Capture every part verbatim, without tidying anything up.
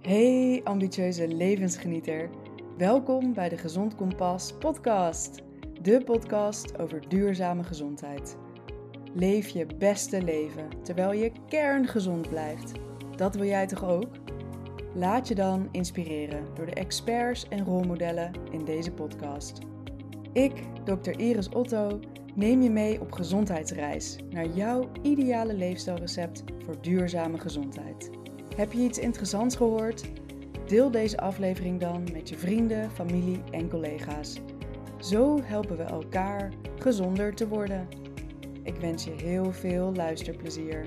Hey ambitieuze levensgenieter, welkom bij de Gezond Kompas podcast. De podcast over duurzame gezondheid. Leef je beste leven terwijl je kerngezond blijft. Dat wil jij toch ook? Laat je dan inspireren door de experts en rolmodellen in deze podcast. Ik, dokter Iris Otto, neem je mee op gezondheidsreis naar jouw ideale leefstijlrecept voor duurzame gezondheid. Heb je iets interessants gehoord? Deel deze aflevering dan met je vrienden, familie en collega's. Zo helpen we elkaar gezonder te worden. Ik wens je heel veel luisterplezier.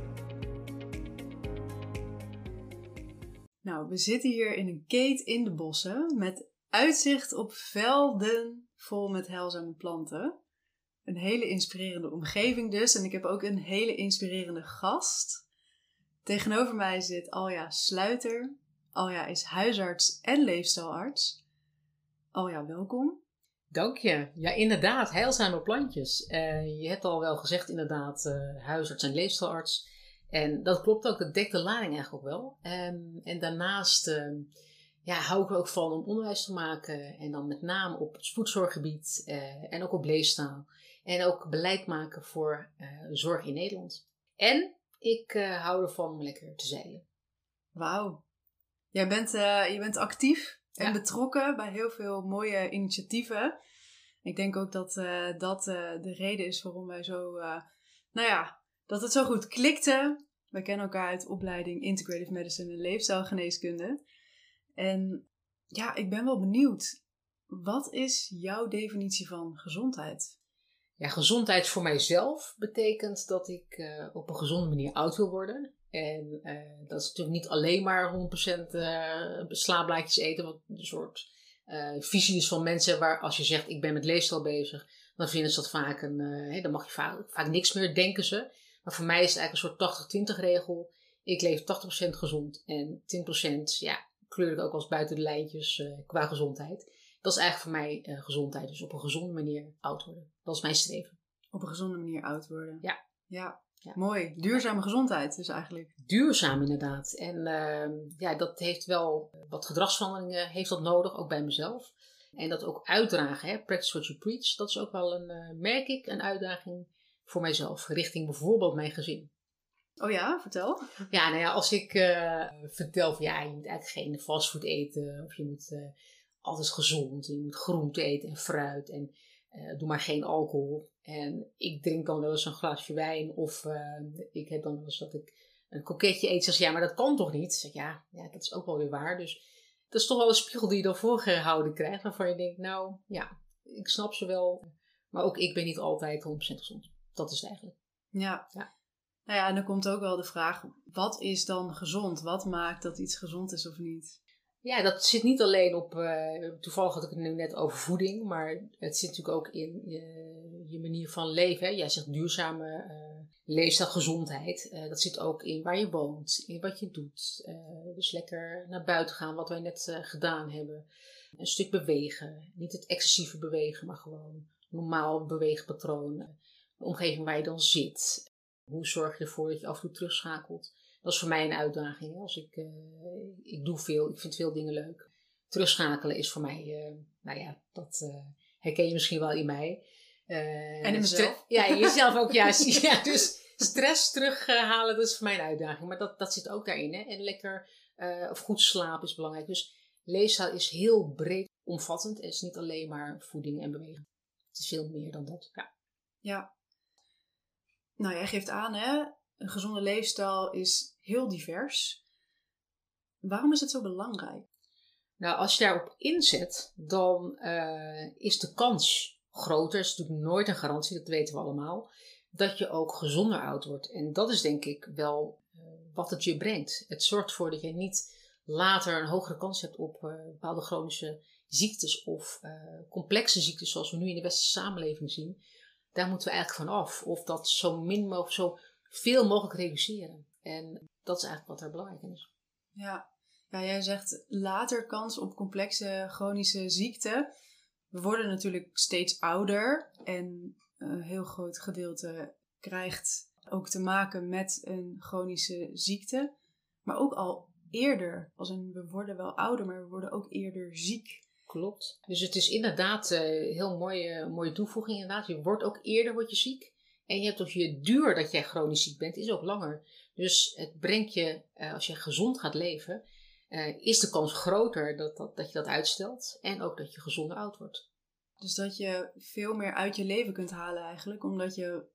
Nou, we zitten hier in een keet in de bossen met uitzicht op velden vol met heilzame planten. Een hele inspirerende omgeving dus. En ik heb ook een hele inspirerende gast. Tegenover mij zit Alja Sluiter. Alja is huisarts en leefstijlarts. Alja, welkom. Dank je. Ja, inderdaad, heilzame plantjes. Uh, je hebt al wel gezegd inderdaad uh, huisarts en leefstijlarts. En dat klopt ook, dat dekt de lading eigenlijk ook wel. Um, en daarnaast uh, ja, hou ik er ook van om onderwijs te maken. En dan met name op het spoedzorggebied uh, en ook op leefstijl. En ook beleid maken voor uh, zorg in Nederland. En ik uh, hou ervan om lekker te zeilen. Wauw. Jij bent, uh, je bent actief en ja. betrokken bij heel veel mooie initiatieven. Ik denk ook dat uh, dat uh, de reden is waarom wij zo... Uh, nou ja, dat het zo goed klikte. Wij kennen elkaar uit de opleiding Integrative Medicine en Leefstijlgeneeskunde. En ja, ik ben wel benieuwd. Wat is jouw definitie van gezondheid? Ja, gezondheid voor mijzelf betekent dat ik uh, op een gezonde manier oud wil worden. En uh, dat is natuurlijk niet alleen maar honderd procent uh, slaapblaadjes eten, wat een soort uh, visie is van mensen waar als je zegt ik ben met leefstijl bezig, dan vinden ze dat vaak een, uh, hey, dan mag je vaak, vaak niks meer, denken ze. Maar voor mij is het eigenlijk een soort tachtig twintig regel. Ik leef tachtig procent gezond en twintig procent ja, kleur ik ook als buiten de lijntjes uh, qua gezondheid. Dat is eigenlijk voor mij uh, gezondheid. Dus op een gezonde manier oud worden. Dat is mijn streven. Op een gezonde manier oud worden. Ja. Ja, ja. Mooi. Duurzame gezondheid dus eigenlijk. Duurzaam inderdaad. En uh, ja, dat heeft wel wat gedragsveranderingen heeft dat nodig. Ook bij mezelf. En dat ook uitdragen. Hè? Practice what you preach. Dat is ook wel een, uh, merk ik, een uitdaging voor mijzelf. Richting bijvoorbeeld mijn gezin. Oh ja, vertel. Ja, nou ja, als ik uh, vertel van ja, je moet eigenlijk geen fastfood eten. Of je moet... Uh, Altijd gezond. Je moet groente eten en fruit. En uh, doe maar geen alcohol. En ik drink dan wel eens een glaasje wijn. Of uh, ik heb dan wel eens dat ik een koketje eet. Zeg ja, maar dat kan toch niet? Zeg ja, ja, dat is ook wel weer waar. Dus dat is toch wel een spiegel die je dan voorgehouden krijgt. Waarvan je denkt, nou ja, ik snap ze wel. Maar ook ik ben niet altijd honderd procent gezond. Dat is het eigenlijk. Ja. ja. Nou ja, en dan komt ook wel de vraag. Wat is dan gezond? Wat maakt dat iets gezond is of niet? Ja, dat zit niet alleen op, uh, toevallig had ik het nu net over voeding, maar het zit natuurlijk ook in je, je manier van leven. Hè? Jij zegt duurzame uh, leefstijl, gezondheid. Uh, dat zit ook in waar je woont, in wat je doet. Uh, dus lekker naar buiten gaan, wat wij net uh, gedaan hebben. Een stuk bewegen, niet het excessieve bewegen, maar gewoon normaal beweegpatroon. De omgeving waar je dan zit. Hoe zorg je ervoor dat je af en toe terugschakelt? Dat is voor mij een uitdaging. Hè? Als ik, uh, ik doe veel, ik vind veel dingen leuk. Terugschakelen is voor mij, uh, nou ja, dat uh, herken je misschien wel in mij. Uh, en in mezelf. Stre- ja, jezelf ook juist. Ja, dus stress terughalen, dat is voor mij een uitdaging. Maar dat, dat zit ook daarin. Hè? En lekker, uh, of goed slapen is belangrijk. Dus leefstijl is heel breed omvattend. Het is niet alleen maar voeding en bewegen. Het is veel meer dan dat. Ja. Ja. Nou, jij geeft aan, hè? Een gezonde leefstijl is heel divers. Waarom is het zo belangrijk? Nou, als je daarop inzet, dan uh, is de kans groter. Het is natuurlijk nooit een garantie, dat weten we allemaal. Dat je ook gezonder oud wordt. En dat is denk ik wel uh, wat het je brengt. Het zorgt ervoor dat je niet later een hogere kans hebt op uh, bepaalde chronische ziektes. Of uh, complexe ziektes zoals we nu in de westerse samenleving zien. Daar moeten we eigenlijk van af. Of dat zo min mogelijk, zo veel mogelijk reduceren. En dat is eigenlijk wat er belangrijk in is. Ja, ja jij zegt later kans op complexe chronische ziekten. We worden natuurlijk steeds ouder. En een heel groot gedeelte krijgt ook te maken met een chronische ziekte. Maar ook al eerder. Als in, we worden wel ouder, maar we worden ook eerder ziek. Klopt. Dus het is inderdaad een uh, heel mooie, mooie toevoeging. Inderdaad. Je wordt ook eerder word je ziek. En je hebt ook je duur dat jij chronisch ziek bent, is ook langer. Dus het brengt je, uh, als je gezond gaat leven, uh, is de kans groter dat, dat, dat je dat uitstelt. En ook dat je gezonder oud wordt. Dus dat je veel meer uit je leven kunt halen eigenlijk, omdat je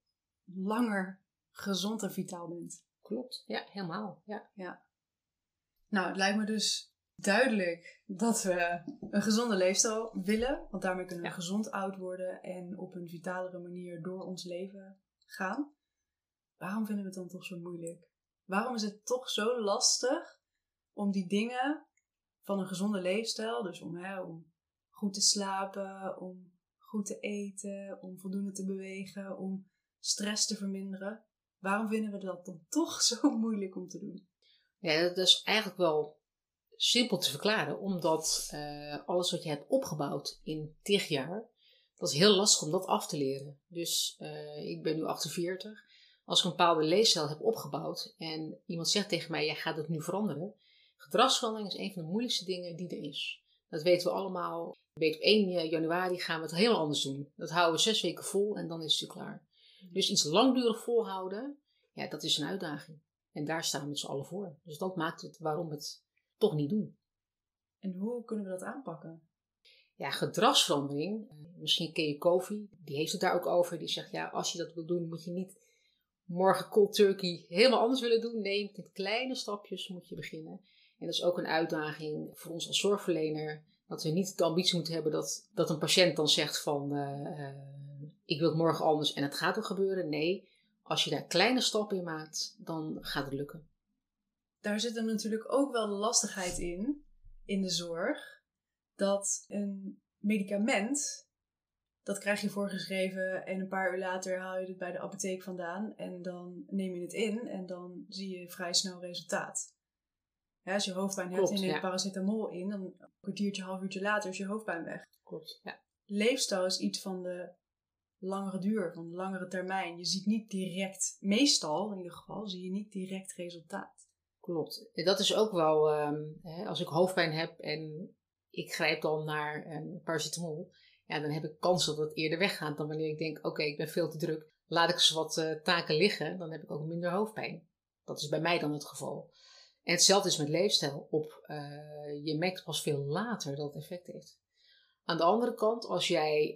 langer gezond en vitaal bent. Klopt, ja, helemaal. Ja. Ja. Nou, het lijkt me dus duidelijk dat we een gezonde leefstijl willen. Want daarmee kunnen we ja. gezond oud worden en op een vitalere manier door ons leven gaan. Waarom vinden we het dan toch zo moeilijk? Waarom is het toch zo lastig om die dingen van een gezonde leefstijl, dus om, hè, om goed te slapen, om goed te eten, om voldoende te bewegen, om stress te verminderen. Waarom vinden we dat dan toch zo moeilijk om te doen? Ja, dat is eigenlijk wel simpel te verklaren, omdat uh, alles wat je hebt opgebouwd in tig jaar, dat is heel lastig om dat af te leren. Dus uh, ik ben nu achtenveertig. Als ik een bepaalde leefstijl heb opgebouwd en iemand zegt tegen mij, jij gaat het nu veranderen. Gedragsverandering is een van de moeilijkste dingen die er is. Dat weten we allemaal. Weet, op één januari gaan we het helemaal anders doen. Dat houden we zes weken vol en dan is het klaar. Dus iets langdurig volhouden, ja, dat is een uitdaging. En daar staan we met z'n allen voor. Dus dat maakt het waarom we het toch niet doen. En hoe kunnen we dat aanpakken? Ja, gedragsverandering. Misschien ken je Covey, die heeft het daar ook over. Die zegt, ja, als je dat wil doen, moet je niet morgen cold turkey helemaal anders willen doen. Nee, met kleine stapjes moet je beginnen. En dat is ook een uitdaging voor ons als zorgverlener. Dat we niet de ambitie moeten hebben dat, dat een patiënt dan zegt van, uh, uh, ik wil het morgen anders en het gaat ook gebeuren. Nee, als je daar kleine stappen in maakt, dan gaat het lukken. Daar zit er natuurlijk ook wel lastigheid in, in de zorg, dat een medicament, dat krijg je voorgeschreven en een paar uur later haal je het bij de apotheek vandaan en dan neem je het in en dan zie je vrij snel resultaat. Ja, als je hoofdpijn hebt en je neemt ja. paracetamol in, dan een kwartiertje, half uurtje later is je hoofdpijn weg. Klopt, ja. Leefstijl is iets van de langere duur, van de langere termijn. Je ziet niet direct, meestal in ieder geval, zie je niet direct resultaat. Klopt. Dat is ook wel, um, hè, als ik hoofdpijn heb en ik grijp dan naar een paracetamol, ja, dan heb ik kans dat het eerder weggaat dan wanneer ik denk, oké, okay, ik ben veel te druk. Laat ik eens wat uh, taken liggen, dan heb ik ook minder hoofdpijn. Dat is bij mij dan het geval. En hetzelfde is met leefstijl. Op, uh, je merkt pas veel later dat het effect heeft. Aan de andere kant, als jij,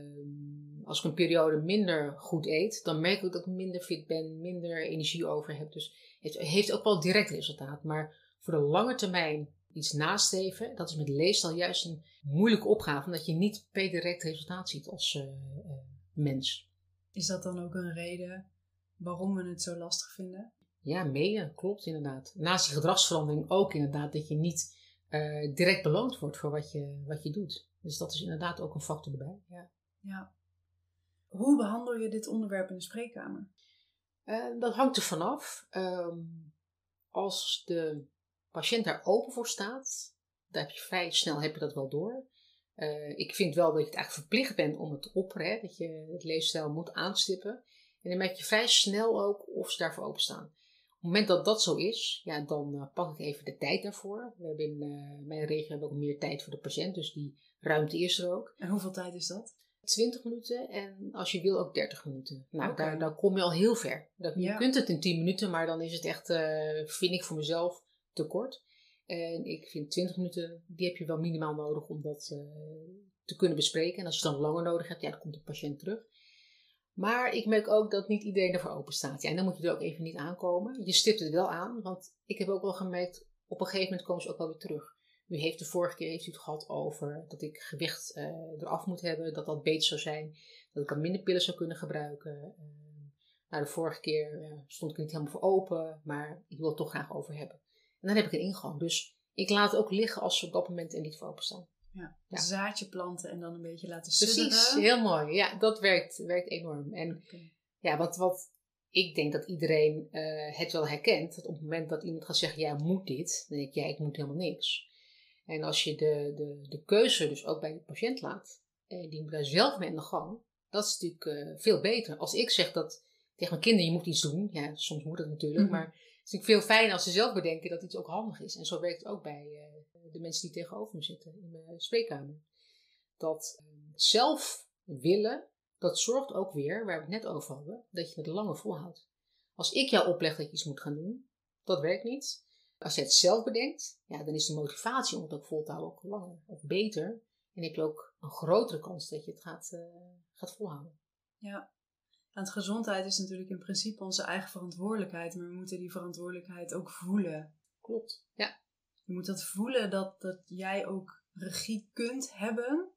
uh, als ik een periode minder goed eet, dan merk ik dat ik minder fit ben, minder energie over heb. Dus het heeft ook wel direct resultaat. Maar voor de lange termijn iets nastreven, dat is met leefstijl juist een moeilijke opgave, omdat je niet per direct resultaat ziet als uh, uh, mens. Is dat dan ook een reden waarom we het zo lastig vinden? Ja, mede, klopt inderdaad. Naast die gedragsverandering ook inderdaad dat je niet uh, direct beloond wordt voor wat je, wat je doet. Dus dat is inderdaad ook een factor erbij. Ja. Ja. Hoe behandel je dit onderwerp in de spreekkamer? Uh, dat hangt er vanaf. Um, als de patiënt daar open voor staat, dan heb je vrij snel heb je dat wel door. Uh, ik vind wel dat je het eigenlijk verplicht bent om het te opperen, dat je het leefstijl moet aanstippen. En dan merk je vrij snel ook of ze daarvoor openstaan. Op het moment dat dat zo is, ja, dan uh, pak ik even de tijd daarvoor. We hebben in uh, mijn regio hebben we ook meer tijd voor de patiënt, dus die ruimte is er ook. En hoeveel tijd is dat? twintig minuten en als je wil ook dertig minuten. Nou, okay. daar, daar kom je al heel ver. Dat, je ja. kunt het in tien minuten, maar dan is het echt, uh, vind ik voor mezelf, te kort. En ik vind twintig minuten, die heb je wel minimaal nodig om dat uh, te kunnen bespreken. En als je het dan langer nodig hebt, ja, dan komt de patiënt terug. Maar ik merk ook dat niet iedereen ervoor open staat. Ja, en dan moet je er ook even niet aankomen. Je stipt het wel aan, want ik heb ook wel gemerkt, op een gegeven moment komen ze ook wel weer terug. U heeft de vorige keer heeft u het gehad over dat ik gewicht uh, eraf moet hebben, dat dat beter zou zijn, dat ik al minder pillen zou kunnen gebruiken. Uh, nou, de vorige keer uh, stond ik er niet helemaal voor open, maar ik wil het toch graag over hebben. En dan heb ik een ingang. Dus ik laat het ook liggen als ze op dat moment er niet voor openstaan. Ja, ja. Zaadje planten en dan een beetje laten sudderen. Precies, heel mooi. Ja, dat werkt, werkt enorm. En okay. ja, wat, wat ik denk dat iedereen uh, het wel herkent, dat op het moment dat iemand gaat zeggen, ja, moet dit, dan denk ik, ja, ik moet helemaal niks. En als je de, de, de keuze dus ook bij de patiënt laat, en die moet daar zelf mee aan de gang, dat is natuurlijk uh, veel beter. Als ik zeg dat tegen mijn kinderen, je moet iets doen, ja, soms moet het natuurlijk, mm-hmm. maar is natuurlijk veel fijner als ze zelf bedenken dat iets ook handig is. En zo werkt het ook bij uh, de mensen die tegenover me zitten in mijn spreekkamer. Dat uh, zelf willen, dat zorgt ook weer, waar we het net over hadden, dat je het langer volhoudt. Als ik jou opleg dat je iets moet gaan doen, dat werkt niet. Als je het zelf bedenkt, ja, dan is de motivatie om het ook vol te houden ook langer of beter. En heb je ook een grotere kans dat je het gaat, uh, gaat volhouden. Ja, want gezondheid is natuurlijk in principe onze eigen verantwoordelijkheid. Maar we moeten die verantwoordelijkheid ook voelen. Klopt, ja. Je moet dat voelen dat, dat jij ook regie kunt hebben.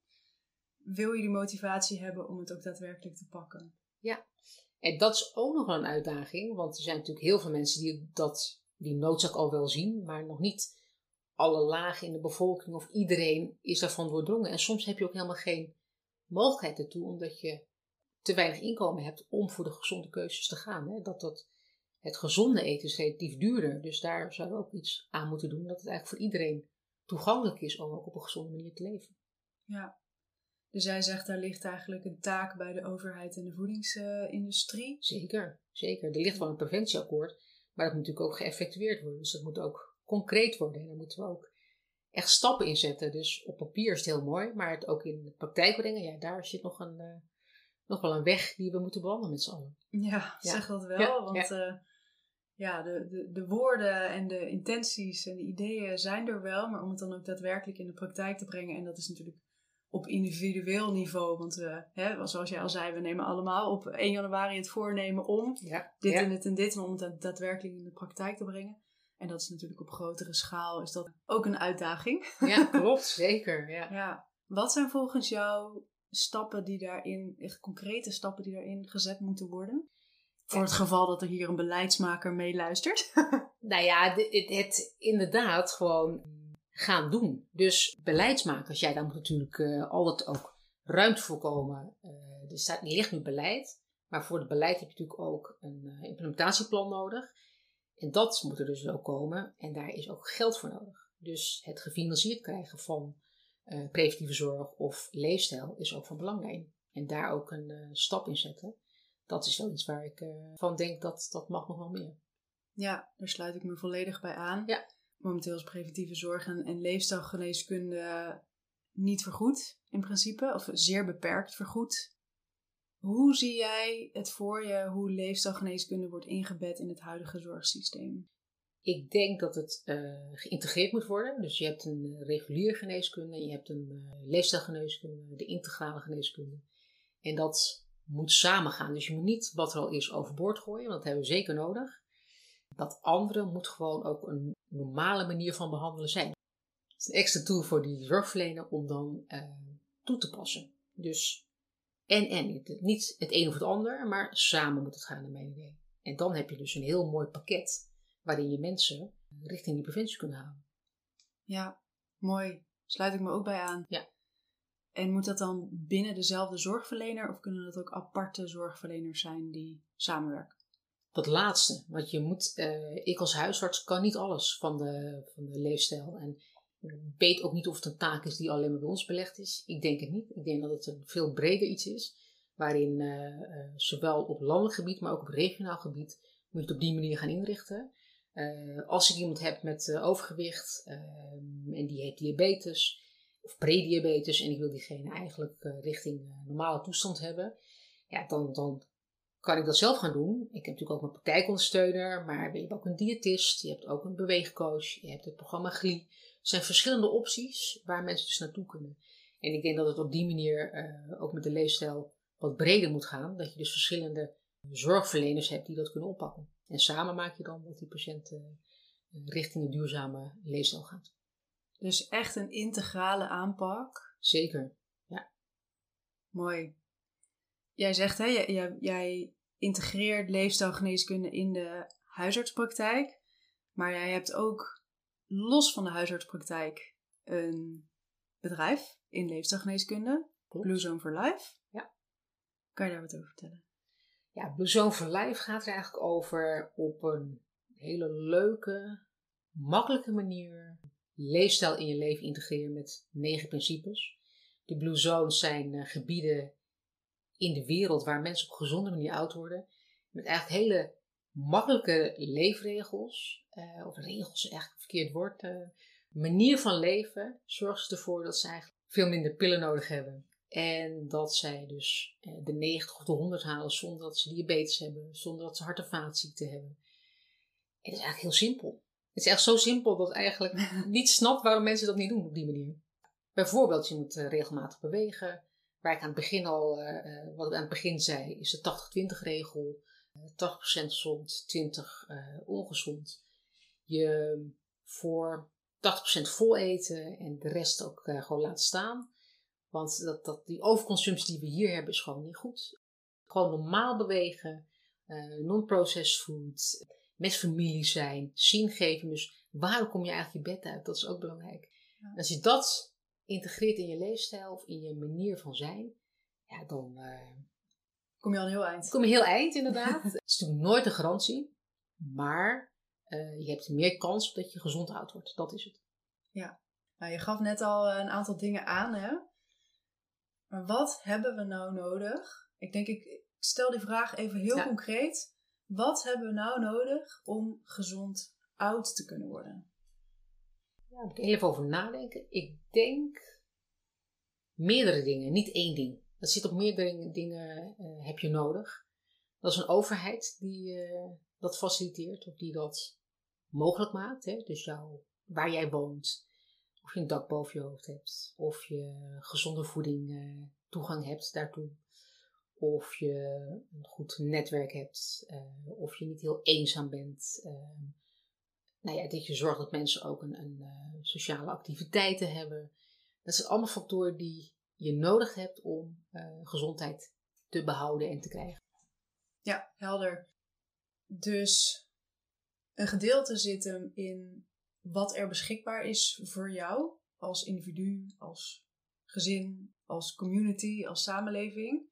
Wil je die motivatie hebben om het ook daadwerkelijk te pakken? Ja, en dat is ook nog wel een uitdaging. Want er zijn natuurlijk heel veel mensen die dat, die noodzaak al wel zien. Maar nog niet alle lagen in de bevolking of iedereen is daarvan doordrongen. En soms heb je ook helemaal geen mogelijkheid ertoe. Omdat je te weinig inkomen hebt om voor de gezonde keuzes te gaan. Hè? Dat, dat het gezonde eten is relatief duurder. Dus daar zouden we ook iets aan moeten doen. Dat het eigenlijk voor iedereen toegankelijk is om ook op een gezonde manier te leven. Ja. Dus jij zegt, daar ligt eigenlijk een taak bij de overheid en de voedingsindustrie. Zeker, zeker. Er ligt wel een preventieakkoord, maar dat moet natuurlijk ook geëffectueerd worden. Dus dat moet ook concreet worden. En daar moeten we ook echt stappen in zetten. Dus op papier is het heel mooi, maar het ook in de praktijk brengen, ja, daar zit nog, een, uh, nog wel een weg die we moeten bewandelen met z'n allen. Ja, zeg ja. dat wel. Ja, want ja. Uh, ja, de, de, de woorden en de intenties en de ideeën zijn er wel, maar om het dan ook daadwerkelijk in de praktijk te brengen, en dat is natuurlijk op individueel niveau, want we, hè, zoals jij al zei, we nemen allemaal op één januari het voornemen om ja, dit ja. en dit en dit, om het daadwerkelijk in de praktijk te brengen. En dat is natuurlijk op grotere schaal, is dat ook een uitdaging. Ja, klopt, zeker. Ja. Ja. Wat zijn volgens jou stappen die daarin, echt concrete stappen die daarin gezet moeten worden? Voor het geval dat er hier een beleidsmaker meeluistert. Nou ja, het, het inderdaad gewoon gaan doen. Dus beleidsmakers, ja, daar moet natuurlijk uh, altijd ook ruimte voor komen. Uh, er staat, er ligt nu beleid, maar voor het beleid heb je natuurlijk ook een uh, implementatieplan nodig. En dat moet er dus ook komen en daar is ook geld voor nodig. Dus het gefinancierd krijgen van uh, preventieve zorg of leefstijl is ook van belang. En daar ook een uh, stap in zetten. Dat is wel iets waar ik uh, van denk dat dat mag nog wel meer. Ja, daar sluit ik me volledig bij aan. Ja. Momenteel is preventieve zorg en, en leefstijlgeneeskunde niet vergoed in principe, of zeer beperkt vergoed. Hoe zie jij het voor je, hoe leefstijlgeneeskunde wordt ingebed in het huidige zorgsysteem? Ik denk dat het uh, geïntegreerd moet worden. Dus je hebt een uh, reguliere geneeskunde, je hebt een uh, leefstijlgeneeskunde, de integrale geneeskunde. En dat moet samen gaan. Dus je moet niet wat er al is overboord gooien, want dat hebben we zeker nodig. Dat andere moet gewoon ook een normale manier van behandelen zijn. Het is een extra tool voor die zorgverlener om dan uh, toe te passen. Dus en en. Niet het een of het ander, maar samen moet het gaan naar mijn idee. En dan heb je dus een heel mooi pakket waarin je mensen richting die preventie kunnen halen. Ja, mooi. Sluit ik me ook bij aan. Ja. En moet dat dan binnen dezelfde zorgverlener of kunnen dat ook aparte zorgverleners zijn die samenwerken? Dat laatste, want je moet, uh, ik als huisarts kan niet alles van de, van de leefstijl. En ik weet ook niet of het een taak is die alleen maar bij ons belegd is. Ik denk het niet. Ik denk dat het een veel breder iets is. Waarin uh, uh, zowel op landelijk gebied, maar ook op regionaal gebied moet je het op die manier gaan inrichten. Uh, als ik iemand heb met uh, overgewicht uh, en die heeft diabetes of prediabetes en ik wil diegene eigenlijk uh, richting uh, normale toestand hebben. Ja, dan, dan kan ik dat zelf gaan doen. Ik heb natuurlijk ook een praktijkondersteuner, maar je hebt ook een diëtist, je hebt ook een beweegcoach, je hebt het programma G L I. Er zijn verschillende opties waar mensen dus naartoe kunnen. En ik denk dat het op die manier uh, ook met de leefstijl wat breder moet gaan. Dat je dus verschillende zorgverleners hebt die dat kunnen oppakken. En samen maak je dan dat die patiënt uh, richting een duurzame leefstijl gaat. Dus echt een integrale aanpak. Zeker, ja. Mooi. Jij zegt, hè, jij, jij integreert leefstijlgeneeskunde in de huisartspraktijk. Maar jij hebt ook los van de huisartspraktijk een bedrijf in leefstijlgeneeskunde. Klopt. Blue Zone for Life. Ja. Kan je daar wat over vertellen? Ja, Blue Zone for Life gaat er eigenlijk over op een hele leuke, makkelijke manier leefstijl in je leven integreren met negen principes. De Blue Zones zijn uh, gebieden in de wereld waar mensen op een gezonde manier oud worden. Met eigenlijk hele makkelijke leefregels, uh, of regels is eigenlijk een verkeerd woord, uh, manier van leven zorgt ervoor dat ze eigenlijk veel minder pillen nodig hebben. En dat zij dus uh, de negentig of de honderd halen zonder dat ze diabetes hebben, zonder dat ze hart- en vaatziekten hebben. En het is eigenlijk heel simpel. Het is echt zo simpel dat ik eigenlijk niet snap waarom mensen dat niet doen op die manier. Bijvoorbeeld, je moet uh, regelmatig bewegen. Waar ik aan het begin al, uh, wat ik aan het begin zei, is de tachtig twintig regel. Uh, tachtig procent gezond, twintig procent uh, ongezond. Je voor tachtig procent vol eten en de rest ook uh, gewoon laten staan. Want dat, dat, die overconsumptie die we hier hebben is gewoon niet goed. Gewoon normaal bewegen, uh, non-processed food, met familie zijn, zin geven. Dus waarom kom je eigenlijk je bed uit? Dat is ook belangrijk. Ja. Als je dat integreert in je leefstijl of in je manier van zijn, ja, dan uh, kom je al een heel eind. Kom je heel eind, inderdaad. Het is natuurlijk nooit een garantie, maar uh, je hebt meer kans op dat je gezond oud wordt. Dat is het. Ja, nou, je gaf net al een aantal dingen aan, hè? Maar wat hebben we nou nodig? Ik denk, ik stel die vraag even heel ja. concreet. Wat hebben we nou nodig om gezond oud te kunnen worden? Ja, daar moet ik even over nadenken. Ik denk meerdere dingen, niet één ding. Dat zit op meerdere dingen uh, heb je nodig. Dat is een overheid die uh, dat faciliteert of die dat mogelijk maakt. Hè? Dus jou, waar jij woont, of je een dak boven je hoofd hebt, of je gezonde voeding uh, toegang hebt daartoe. Of je een goed netwerk hebt, uh, of je niet heel eenzaam bent. Uh, nou ja, dat je zorgt dat mensen ook een, een uh, sociale activiteiten hebben. Dat zijn allemaal factoren die je nodig hebt om uh, gezondheid te behouden en te krijgen. Ja, helder. Dus een gedeelte zit hem in wat er beschikbaar is voor jou als individu, als gezin, als community, als samenleving.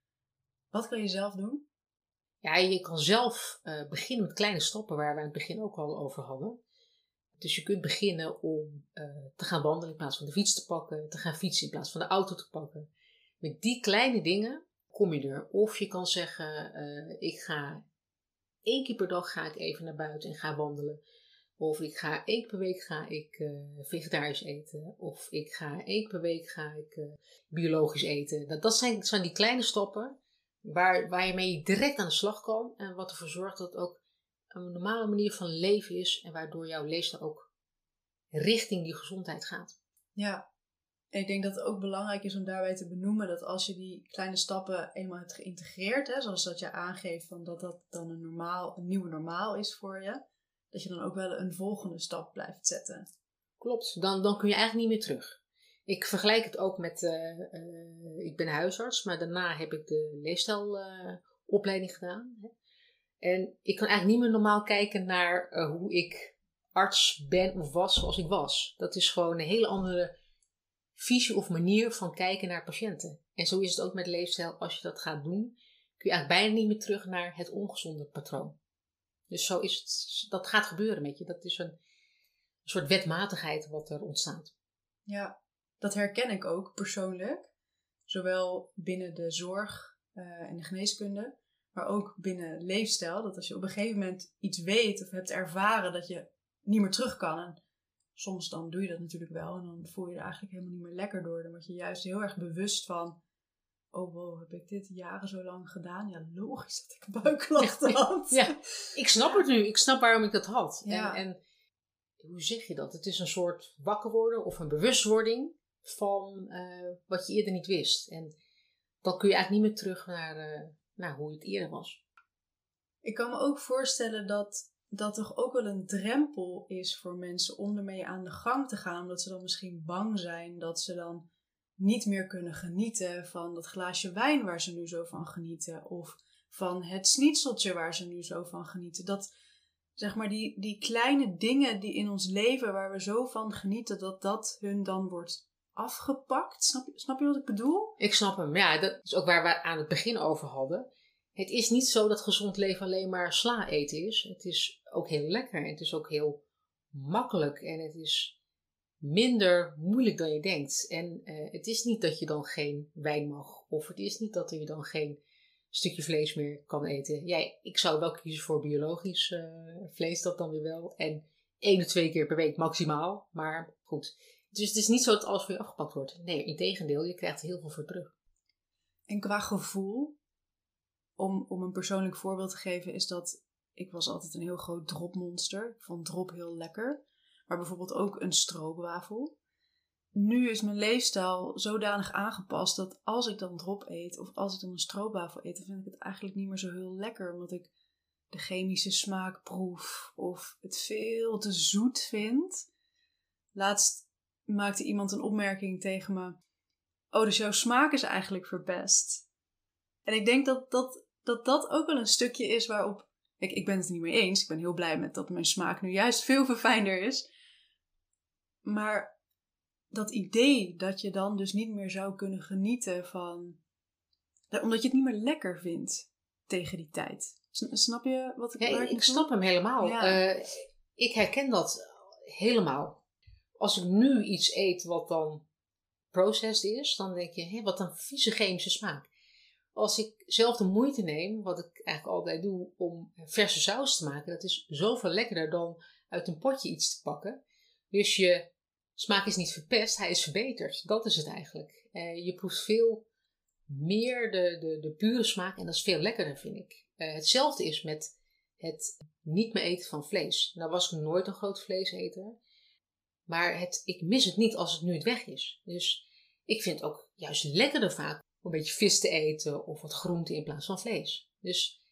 Wat kan je zelf doen? Ja, je kan zelf uh, beginnen met kleine stappen waar we aan het begin ook al over hadden. Dus je kunt beginnen om uh, te gaan wandelen in plaats van de fiets te pakken, te gaan fietsen in plaats van de auto te pakken. Met die kleine dingen kom je er. Of je kan zeggen, uh, ik ga één keer per dag ga ik even naar buiten en ga wandelen. Of ik ga één keer per week ga ik uh, vegetarisch eten. Of ik ga één keer per week ga ik uh, biologisch eten. Dat, dat zijn, zijn die kleine stappen waar, waar je mee direct aan de slag kan. En wat ervoor zorgt dat het ook een normale manier van leven is. En waardoor jouw leefstijl ook richting die gezondheid gaat. Ja, en ik denk dat het ook belangrijk is om daarbij te benoemen dat als je die kleine stappen eenmaal hebt geïntegreerd, hè, zoals dat je aangeeft van dat dat dan een, normaal, een nieuwe normaal is voor je, dat je dan ook wel een volgende stap blijft zetten. Klopt, dan, dan kun je eigenlijk niet meer terug. Ik vergelijk het ook met, uh, uh, ik ben huisarts, maar daarna heb ik de leefstijlopleiding uh, gedaan. Hè. En ik kan eigenlijk niet meer normaal kijken naar uh, hoe ik arts ben of was zoals ik was. Dat is gewoon een hele andere visie of manier van kijken naar patiënten. En zo is het ook met leefstijl. Als je dat gaat doen, kun je eigenlijk bijna niet meer terug naar het ongezonde patroon. Dus zo is het, dat gaat gebeuren met je. Dat is een, een soort wetmatigheid wat er ontstaat. Ja, dat herken ik ook persoonlijk. Zowel binnen de zorg uh, en de geneeskunde, maar ook binnen leefstijl. Dat als je op een gegeven moment iets weet of hebt ervaren dat je niet meer terug kan. En soms dan doe je dat natuurlijk wel en dan voel je er eigenlijk helemaal niet meer lekker door. Dan word je juist heel erg bewust van, oh wow, heb ik dit jaren zo lang gedaan? Ja, logisch dat ik buikklachten had. Ja, ik snap het nu. Ik snap waarom ik dat had. Ja. En, en hoe zeg je dat? Het is een soort wakker worden of een bewustwording van uh, wat je eerder niet wist. En dan kun je eigenlijk niet meer terug naar, uh, naar hoe het eerder was. Ik kan me ook voorstellen dat dat toch ook wel een drempel is voor mensen om ermee aan de gang te gaan. Omdat ze dan misschien bang zijn dat ze dan niet meer kunnen genieten van dat glaasje wijn waar ze nu zo van genieten. Of van het schnitzeltje waar ze nu zo van genieten. Dat, zeg maar, die, die kleine dingen die in ons leven waar we zo van genieten, dat dat hun dan wordt afgepakt. Snap je, snap je wat ik bedoel? Ik snap hem. Ja, dat is ook waar we aan het begin over hadden. Het is niet zo dat gezond leven alleen maar sla eten is. Het is ook heel lekker en het is ook heel makkelijk en het is minder moeilijk dan je denkt. En uh, het is niet dat je dan geen wijn mag of het is niet dat je dan geen stukje vlees meer kan eten. Ja, ik zou wel kiezen voor biologisch uh, vlees, dat dan weer wel. En één of twee keer per week maximaal. Maar goed. Dus het is niet zo dat alles voor je afgepakt wordt. Nee, integendeel, je krijgt er heel veel voor terug. En qua gevoel, om, om een persoonlijk voorbeeld te geven, is dat ik was altijd een heel groot dropmonster. Ik vond drop heel lekker. Maar bijvoorbeeld ook een stroopwafel. Nu is mijn leefstijl zodanig aangepast dat als ik dan drop eet of als ik dan een stroopwafel eet, dan vind ik het eigenlijk niet meer zo heel lekker. Omdat ik de chemische smaak proef of het veel te zoet vind. Laatst maakte iemand een opmerking tegen me. Oh, dus jouw smaak is eigenlijk verpest. En ik denk dat dat, dat, dat ook wel een stukje is waarop... Kijk, ik ben het er niet mee eens. Ik ben heel blij met dat mijn smaak nu juist veel verfijnder is. Maar dat idee dat je dan dus niet meer zou kunnen genieten van... Omdat je het niet meer lekker vindt tegen die tijd. Snap je wat ik... Ja, ik, ik snap hem helemaal. Ja. Uh, ik herken dat helemaal. Als ik nu iets eet wat dan processed is, dan denk je, hé, wat een vieze chemische smaak. Als ik zelf de moeite neem, wat ik eigenlijk altijd doe, om verse saus te maken, dat is zoveel lekkerder dan uit een potje iets te pakken. Dus je smaak is niet verpest, hij is verbeterd. Dat is het eigenlijk. Uh, je proeft veel meer de, de, de pure smaak en dat is veel lekkerder, vind ik. Uh, hetzelfde is met het niet meer eten van vlees. Nou was ik nooit een groot vleeseter. Maar het, ik mis het niet als het nu het weg is. Dus ik vind het ook juist lekkerder vaak om een beetje vis te eten of wat groente in plaats van vlees. Dus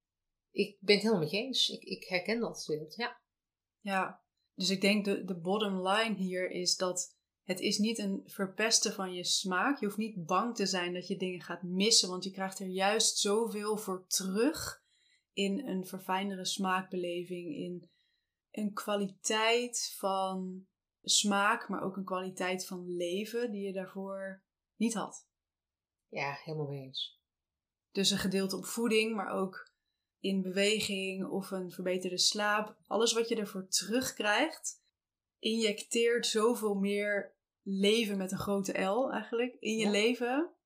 ik ben het helemaal met je eens. Ik, ik herken dat. Ja. Ja, dus ik denk de, de bottom line hier is dat het is niet een verpesten van je smaak. Je hoeft niet bang te zijn dat je dingen gaat missen, want je krijgt er juist zoveel voor terug in een verfijndere smaakbeleving, in een kwaliteit van smaak, maar ook een kwaliteit van leven die je daarvoor niet had. Ja, helemaal mee eens. Dus een gedeelte op voeding, maar ook in beweging of een verbeterde slaap. Alles wat je ervoor terugkrijgt, injecteert zoveel meer leven met een grote L eigenlijk in je ja. leven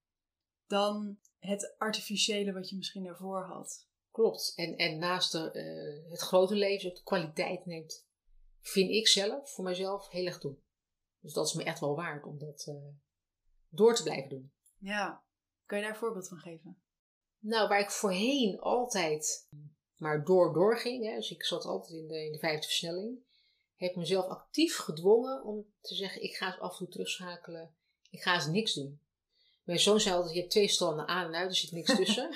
dan het artificiële wat je misschien daarvoor had. Klopt. En, en naast de, uh, het grote leven ook de kwaliteit neemt, vind ik zelf, voor mezelf, heel erg toe. Dus dat is me echt wel waard om dat uh, door te blijven doen. Ja. Kan je daar een voorbeeld van geven? Nou, waar ik voorheen altijd maar door doorging, hè, dus ik zat altijd in de, in de vijfde versnelling, heb ik mezelf actief gedwongen om te zeggen, ik ga eens af en toe terugschakelen. Ik ga eens niks doen. Mijn zoon zei altijd, je hebt twee standen aan en uit, er zit niks tussen.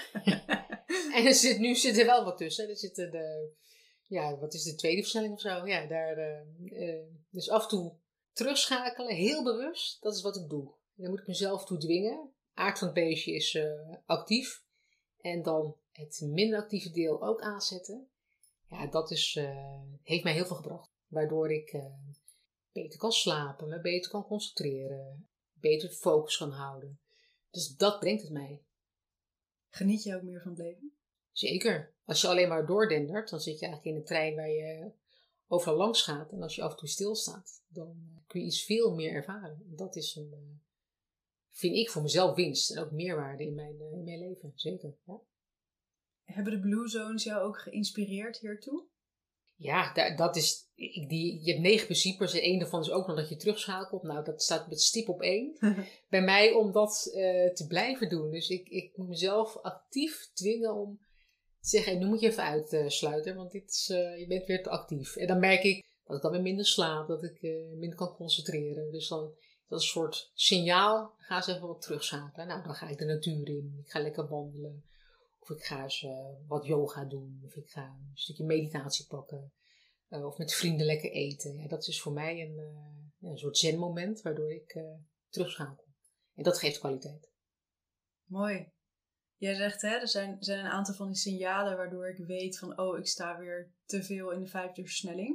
En er zit, nu zit er wel wat tussen. Er zitten de, ja, wat is de tweede versnelling of zo? Ja, daar, uh, uh, dus af en toe terugschakelen, heel bewust, dat is wat ik doe. En daar moet ik mezelf toe dwingen. Aard van het beestje is uh, actief. En dan het minder actieve deel ook aanzetten. Ja, dat is, uh, heeft mij heel veel gebracht. Waardoor ik uh, beter kan slapen, me beter kan concentreren, beter focus kan houden. Dus dat brengt het mij. Geniet je ook meer van het leven? Zeker. Als je alleen maar doordendert, dan zit je eigenlijk in een trein waar je overal langs gaat. En als je af en toe stilstaat, dan kun je iets veel meer ervaren. Dat is een, uh, vind ik voor mezelf winst en ook meerwaarde in mijn, uh, in mijn leven. Zeker, ja. Hebben de Blue Zones jou ook geïnspireerd hiertoe? Ja, da- dat is, ik, die, je hebt negen principes en één daarvan is ook nog dat je terugschakelt. Nou, dat staat met stip op één bij mij om dat uh, te blijven doen. Dus ik, ik moet mezelf actief dwingen om te zeggen, nu moet je even uitsluiten, want dit is, uh, je bent weer te actief. En dan merk ik dat ik dan weer minder slaap, dat ik uh, minder kan concentreren. Dus dan, dat is een soort signaal, ga eens even wat terugschakelen. Nou, dan ga ik de natuur in, ik ga lekker wandelen. Of ik ga eens uh, wat yoga doen. Of ik ga een stukje meditatie pakken. Uh, of met vrienden lekker eten. Ja, dat is voor mij een, uh, een soort zen-moment waardoor ik uh, terugschakel. En dat geeft kwaliteit. Mooi. Jij zegt, hè, er zijn, zijn een aantal van die signalen waardoor ik weet van, oh, ik sta weer te veel in de vijfde versnelling.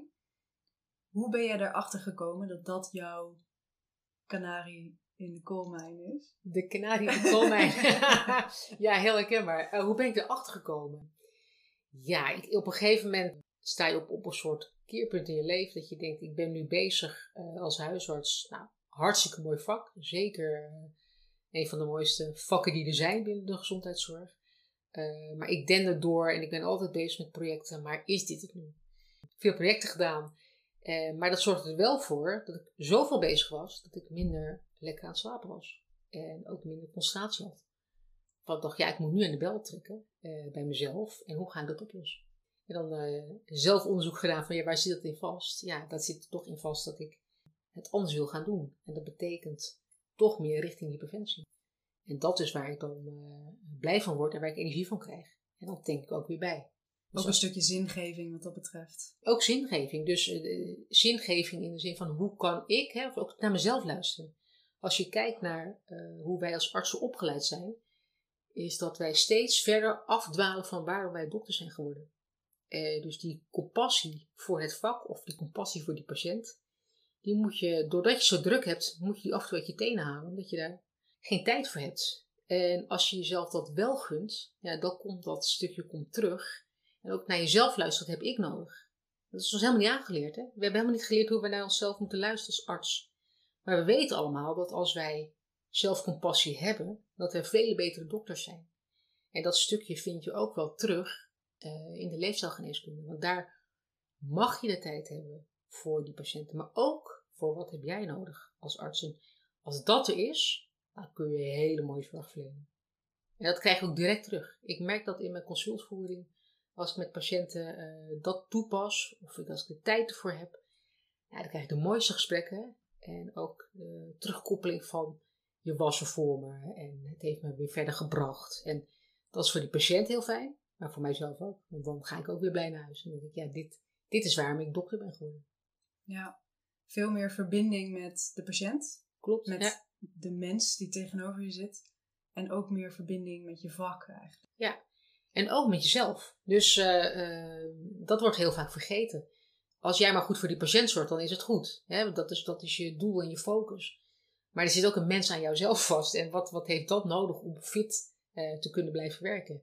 Hoe ben jij erachter gekomen dat dat jouw kanarie in de koolmijn is? De kanarie in de koolmijn. Ja, heel herkenbaar. Uh, hoe ben ik erachter gekomen? Ja, ik, op een gegeven moment sta je op, op een soort keerpunt in je leven. Dat je denkt, ik ben nu bezig uh, als huisarts. Nou, hartstikke mooi vak. Zeker uh, een van de mooiste vakken die er zijn binnen de gezondheidszorg. Uh, maar ik den erdoor en ik ben altijd bezig met projecten. Maar is dit het nu? Veel projecten gedaan. Uh, maar dat zorgde er wel voor dat ik zoveel bezig was dat ik minder lekker aan het slapen was. En ook minder concentratie had. Want ik dacht, ja, ik moet nu aan de bel trekken uh, bij mezelf. En hoe ga ik dat oplossen? En dan uh, zelf onderzoek gedaan van, ja, waar zit dat in vast? Ja, dat zit er toch in vast dat ik het anders wil gaan doen. En dat betekent toch meer richting die preventie. En dat is waar ik dan uh, blij van word en waar ik energie van krijg. En dan denk ik ook weer bij. Dus ook een stukje zingeving wat dat betreft. Ook zingeving. Dus uh, zingeving in de zin van hoe kan ik, hè, of ook naar mezelf luisteren. Als je kijkt naar uh, hoe wij als artsen opgeleid zijn, is dat wij steeds verder afdwalen van waar wij dokter zijn geworden. Uh, dus die compassie voor het vak of die compassie voor die patiënt, die moet je, doordat je zo druk hebt, moet je die af en toe uit je tenen halen, omdat je daar geen tijd voor hebt. En als je jezelf dat wel gunt, ja, dan komt dat stukje komt terug. En ook naar jezelf luisteren, dat heb ik nodig. Dat is ons helemaal niet aangeleerd. Hè? We hebben helemaal niet geleerd hoe we naar onszelf moeten luisteren als arts. Maar we weten allemaal dat als wij zelfcompassie hebben, dat er vele betere dokters zijn. En dat stukje vind je ook wel terug uh, in de leefstijlgeneeskunde. Want daar mag je de tijd hebben voor die patiënten. Maar ook voor wat heb jij nodig als arts. En als dat er is, dan kun je hele mooie zorg verlenen. En dat krijg ik ook direct terug. Ik merk dat in mijn consultvoering. Als ik met patiënten uh, dat toepas, of als ik de tijd ervoor heb, ja, dan krijg ik de mooiste gesprekken. En ook de terugkoppeling van, je was er voor me en het heeft me weer verder gebracht. En dat is voor die patiënt heel fijn, maar voor mijzelf ook. Want dan ga ik ook weer blij naar huis. En dan denk ik, ja, dit, dit is waarom ik dokter ben geworden. Ja, veel meer verbinding met de patiënt. Klopt, met ja. de mens die tegenover je zit. En ook meer verbinding met je vak eigenlijk. Ja. En ook met jezelf. Dus uh, uh, dat wordt heel vaak vergeten. Als jij maar goed voor die patiënt zorgt, dan is het goed. Hè? Dat is, dat is je doel en je focus. Maar er zit ook een mens aan jouzelf vast. En wat, wat heeft dat nodig om fit uh, te kunnen blijven werken?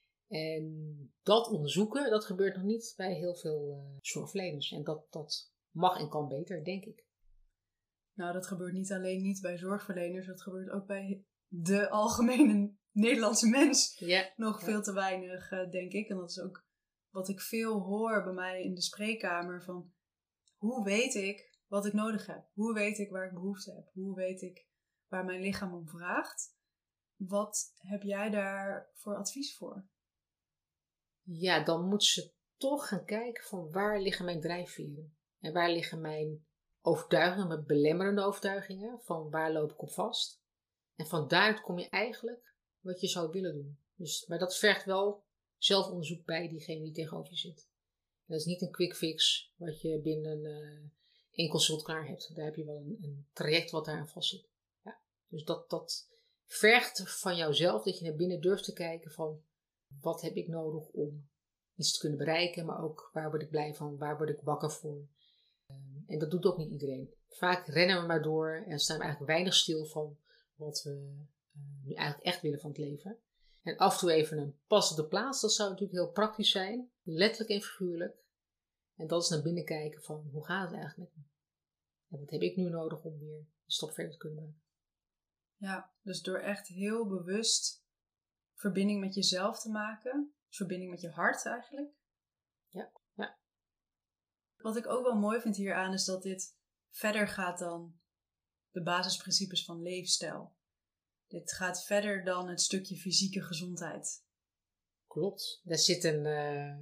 En dat onderzoeken, dat gebeurt nog niet bij heel veel uh, zorgverleners. En dat, dat mag en kan beter, denk ik. Nou, dat gebeurt niet alleen niet bij zorgverleners. Dat gebeurt ook bij de algemene Nederlandse mens ja, nog ja. veel te weinig, uh, denk ik. En dat is ook wat ik veel hoor bij mij in de spreekkamer. Van, hoe weet ik wat ik nodig heb? Hoe weet ik waar ik behoefte heb? Hoe weet ik waar mijn lichaam om vraagt? Wat heb jij daar voor advies voor? Ja, dan moeten ze toch gaan kijken van waar liggen mijn drijfveren? En waar liggen mijn overtuigingen, mijn belemmerende overtuigingen? Van waar loop ik op vast? En van daaruit kom je eigenlijk wat je zou willen doen. Dus, maar dat vergt wel zelfonderzoek bij diegene die tegenover je zit. En dat is niet een quick fix wat je binnen uh, één consult klaar hebt. Daar heb je wel een, een traject wat daar aan vast zit. Ja. Dus dat, dat vergt van jouzelf dat je naar binnen durft te kijken van wat heb ik nodig om iets te kunnen bereiken. Maar ook waar word ik blij van, waar word ik wakker voor. Um, en dat doet ook niet iedereen. Vaak rennen we maar door en staan we eigenlijk weinig stil van wat we uh, nu eigenlijk echt willen van het leven. En af en toe even een pas op de plaats, dat zou natuurlijk heel praktisch zijn. Letterlijk en figuurlijk. En dat is naar binnen kijken van, hoe gaat het eigenlijk met me? En wat heb ik nu nodig om weer een stap verder te kunnen maken? Ja, dus door echt heel bewust verbinding met jezelf te maken. Dus verbinding met je hart eigenlijk. Ja, ja. Wat ik ook wel mooi vind hieraan is dat dit verder gaat dan de basisprincipes van leefstijl. Dit gaat verder dan het stukje fysieke gezondheid. Klopt. Daar zit een, uh,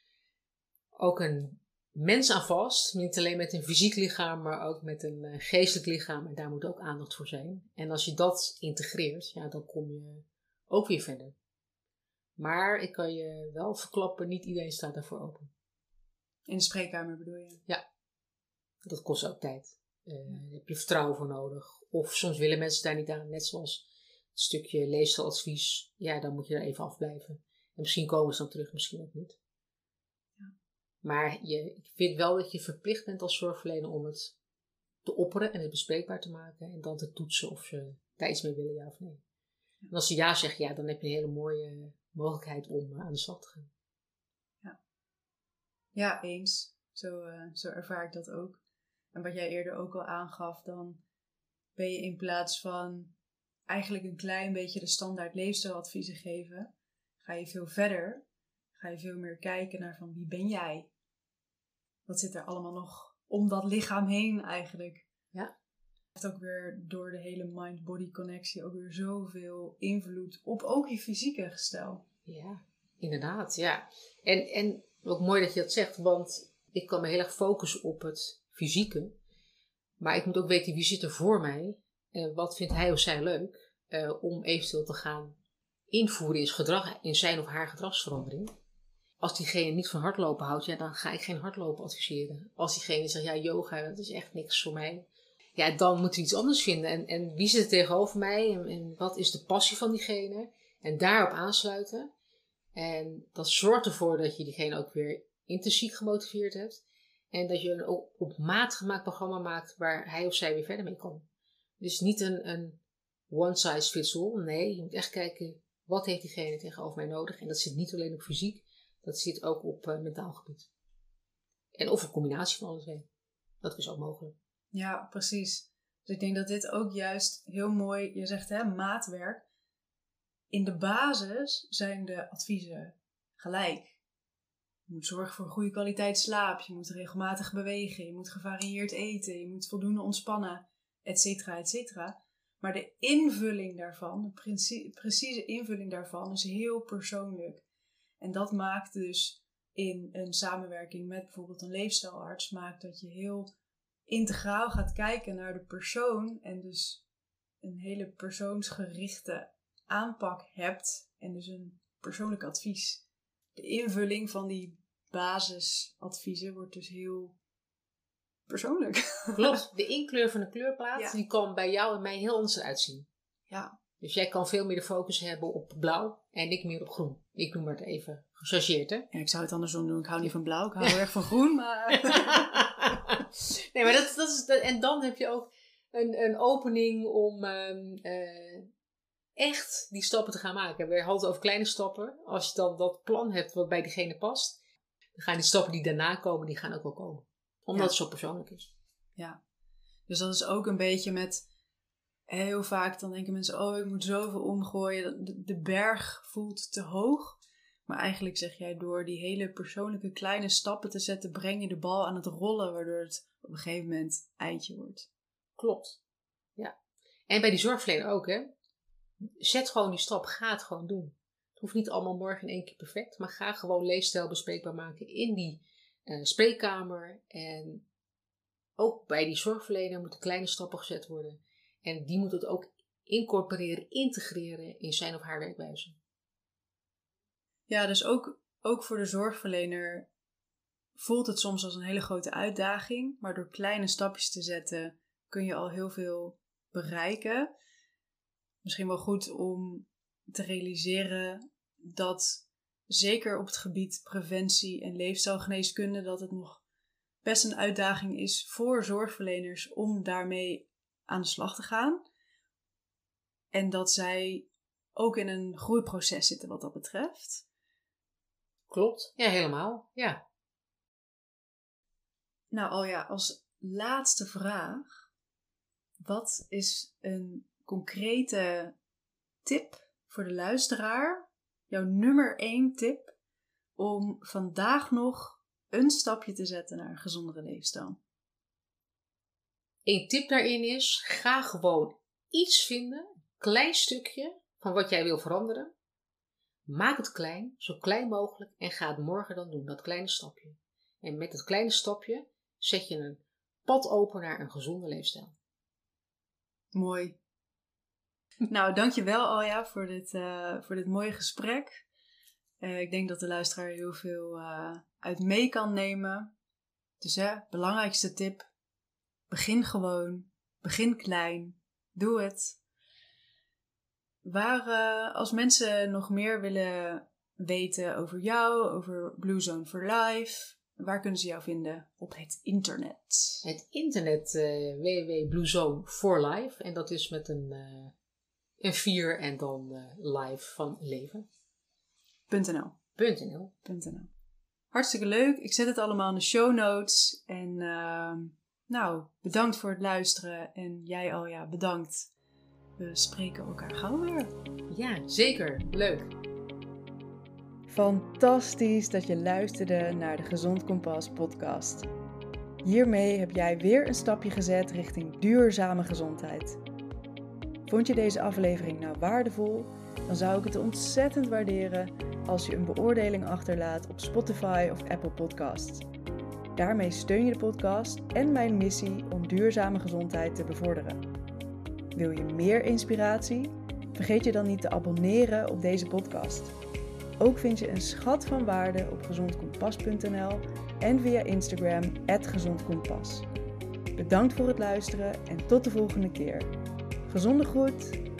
ook een mens aan vast. Niet alleen met een fysiek lichaam, maar ook met een uh, geestelijk lichaam. En daar moet ook aandacht voor zijn. En als je dat integreert, ja, dan kom je ook weer verder. Maar ik kan je wel verklappen, niet iedereen staat daarvoor open. In de spreekkamer bedoel je? Ja. Dat kost ook tijd. Uh, daar heb je vertrouwen voor nodig. Of soms willen mensen daar niet aan. Net zoals het stukje leefstijladvies. Ja, dan moet je er even afblijven. En misschien komen ze dan terug, misschien ook niet. Ja. Maar je, ik vind wel dat je verplicht bent als zorgverlener om het te opperen en het bespreekbaar te maken. En dan te toetsen of ze daar iets mee willen, ja of nee. Ja. En als ze ja zeggen, ja, dan heb je een hele mooie mogelijkheid om aan de slag te gaan. Ja, ja eens. Zo, uh, zo ervaar ik dat ook. En wat jij eerder ook al aangaf, dan ben je in plaats van eigenlijk een klein beetje de standaard leefstijladviezen geven, ga je veel verder. Ga je veel meer kijken naar van wie ben jij? Wat zit er allemaal nog om dat lichaam heen eigenlijk? Ja. Het heeft ook weer door de hele mind-body connectie ook weer zoveel invloed op ook je fysieke gestel. Ja, inderdaad, ja. En, en ook mooi dat je dat zegt, want ik kan me heel erg focussen op het fysieke. Maar ik moet ook weten wie zit er voor mij en wat vindt hij of zij leuk uh, om eventueel te gaan invoeren in zijn gedrag, in zijn of haar gedragsverandering. Als diegene niet van hardlopen houdt, ja, dan ga ik geen hardlopen adviseren. Als diegene zegt, ja, yoga, dat is echt niks voor mij. Ja, dan moet hij iets anders vinden. En, en wie zit er tegenover mij? En, en wat is de passie van diegene? En daarop aansluiten. En dat zorgt ervoor dat je diegene ook weer intrinsiek gemotiveerd hebt. En dat je een op, op maat gemaakt programma maakt waar hij of zij weer verder mee kan. Dus niet een, een one size fits all. Nee, je moet echt kijken, wat heeft diegene tegenover mij nodig? En dat zit niet alleen op fysiek. Dat zit ook op uh, mentaal gebied. En of een combinatie van alle twee. Dat is ook mogelijk. Ja, precies. Dus ik denk dat dit ook juist heel mooi, je zegt hè, maatwerk. In de basis zijn de adviezen gelijk. Je moet zorgen voor een goede kwaliteit slaap. Je moet regelmatig bewegen. Je moet gevarieerd eten. Je moet voldoende ontspannen. Et cetera, et cetera. Maar de invulling daarvan, de precie- precieze invulling daarvan is heel persoonlijk. En dat maakt dus in een samenwerking met bijvoorbeeld een leefstijlarts, maakt dat je heel integraal gaat kijken naar de persoon en dus een hele persoonsgerichte aanpak hebt en dus een persoonlijk advies. De invulling van die basisadviezen wordt dus heel persoonlijk. Klopt, de inkleur van de kleurplaat, Ja. die kan bij jou en mij heel anders uitzien. Ja. Dus jij kan veel meer de focus hebben op blauw en ik meer op groen. Ik noem het even gechargeerd, hè? Ja, ik zou het andersom doen. Ik hou niet van blauw, ik hou heel erg van groen, maar... Nee, maar dat, dat is... Dat, en dan heb je ook een, een opening om um, uh, echt die stappen te gaan maken. We hadden het over kleine stappen. Als je dan dat plan hebt wat bij diegene past, dan gaan die stappen die daarna komen, die gaan ook wel komen. Omdat Ja. het zo persoonlijk is. Ja, dus dat is ook een beetje met... Heel vaak dan denken mensen, oh, ik moet zoveel omgooien. De, de berg voelt te hoog. Maar eigenlijk zeg jij, door die hele persoonlijke kleine stappen te zetten, breng je de bal aan het rollen, waardoor het op een gegeven moment eitje wordt. Klopt. Ja. En bij die zorgverlener ook, hè. Zet gewoon die stap, ga het gewoon doen. Het hoeft niet allemaal morgen in één keer perfect, maar ga gewoon leefstijl bespreekbaar maken in die uh, spreekkamer. En ook bij die zorgverlener moeten kleine stappen gezet worden. En die moet het ook incorporeren, integreren in zijn of haar werkwijze. Ja, dus ook, ook voor de zorgverlener voelt het soms als een hele grote uitdaging. Maar door kleine stapjes te zetten kun je al heel veel bereiken. Misschien wel goed om te realiseren dat zeker op het gebied preventie en leefstijlgeneeskunde dat het nog best een uitdaging is voor zorgverleners om daarmee aan de slag te gaan. En dat zij ook in een groeiproces zitten wat dat betreft. Klopt, ja, helemaal, ja. Nou, al ja, als laatste vraag. Wat is een concrete tip voor de luisteraar? Jouw nummer één tip om vandaag nog een stapje te zetten naar een gezondere leefstijl? Een tip daarin is, ga gewoon iets vinden, een klein stukje van wat jij wil veranderen. Maak het klein, zo klein mogelijk en ga het morgen dan doen, dat kleine stapje. En met dat kleine stapje zet je een pad open naar een gezonde leefstijl. Mooi. Nou, dankjewel Alja voor dit, uh, voor dit mooie gesprek. Uh, ik denk dat de luisteraar heel veel uh, uit mee kan nemen. Dus hè, belangrijkste tip. Begin gewoon. Begin klein. Doe het. Waar, uh, als mensen nog meer willen weten over jou, over Blue Zone for Life, waar kunnen ze jou vinden op het internet? Het internet, uh, w w w punt blue zone for life. En dat is met een, uh, een vier en dan uh, live van leven. .nl. .nl. .nl. Hartstikke leuk. Ik zet het allemaal in de show notes. En uh, nou, bedankt voor het luisteren. En jij al, ja, bedankt. We spreken elkaar gauw weer. Ja, zeker. Leuk. Fantastisch dat je luisterde naar de Gezond Kompas podcast. Hiermee heb jij weer een stapje gezet richting duurzame gezondheid. Vond je deze aflevering nou waardevol? Dan zou ik het ontzettend waarderen als je een beoordeling achterlaat op Spotify of Apple Podcasts. Daarmee steun je de podcast en mijn missie om duurzame gezondheid te bevorderen. Wil je meer inspiratie? Vergeet je dan niet te abonneren op deze podcast. Ook vind je een schat van waarde op gezond kompas punt n l en via Instagram at gezondkompas. Bedankt voor het luisteren en tot de volgende keer. Gezonde groet!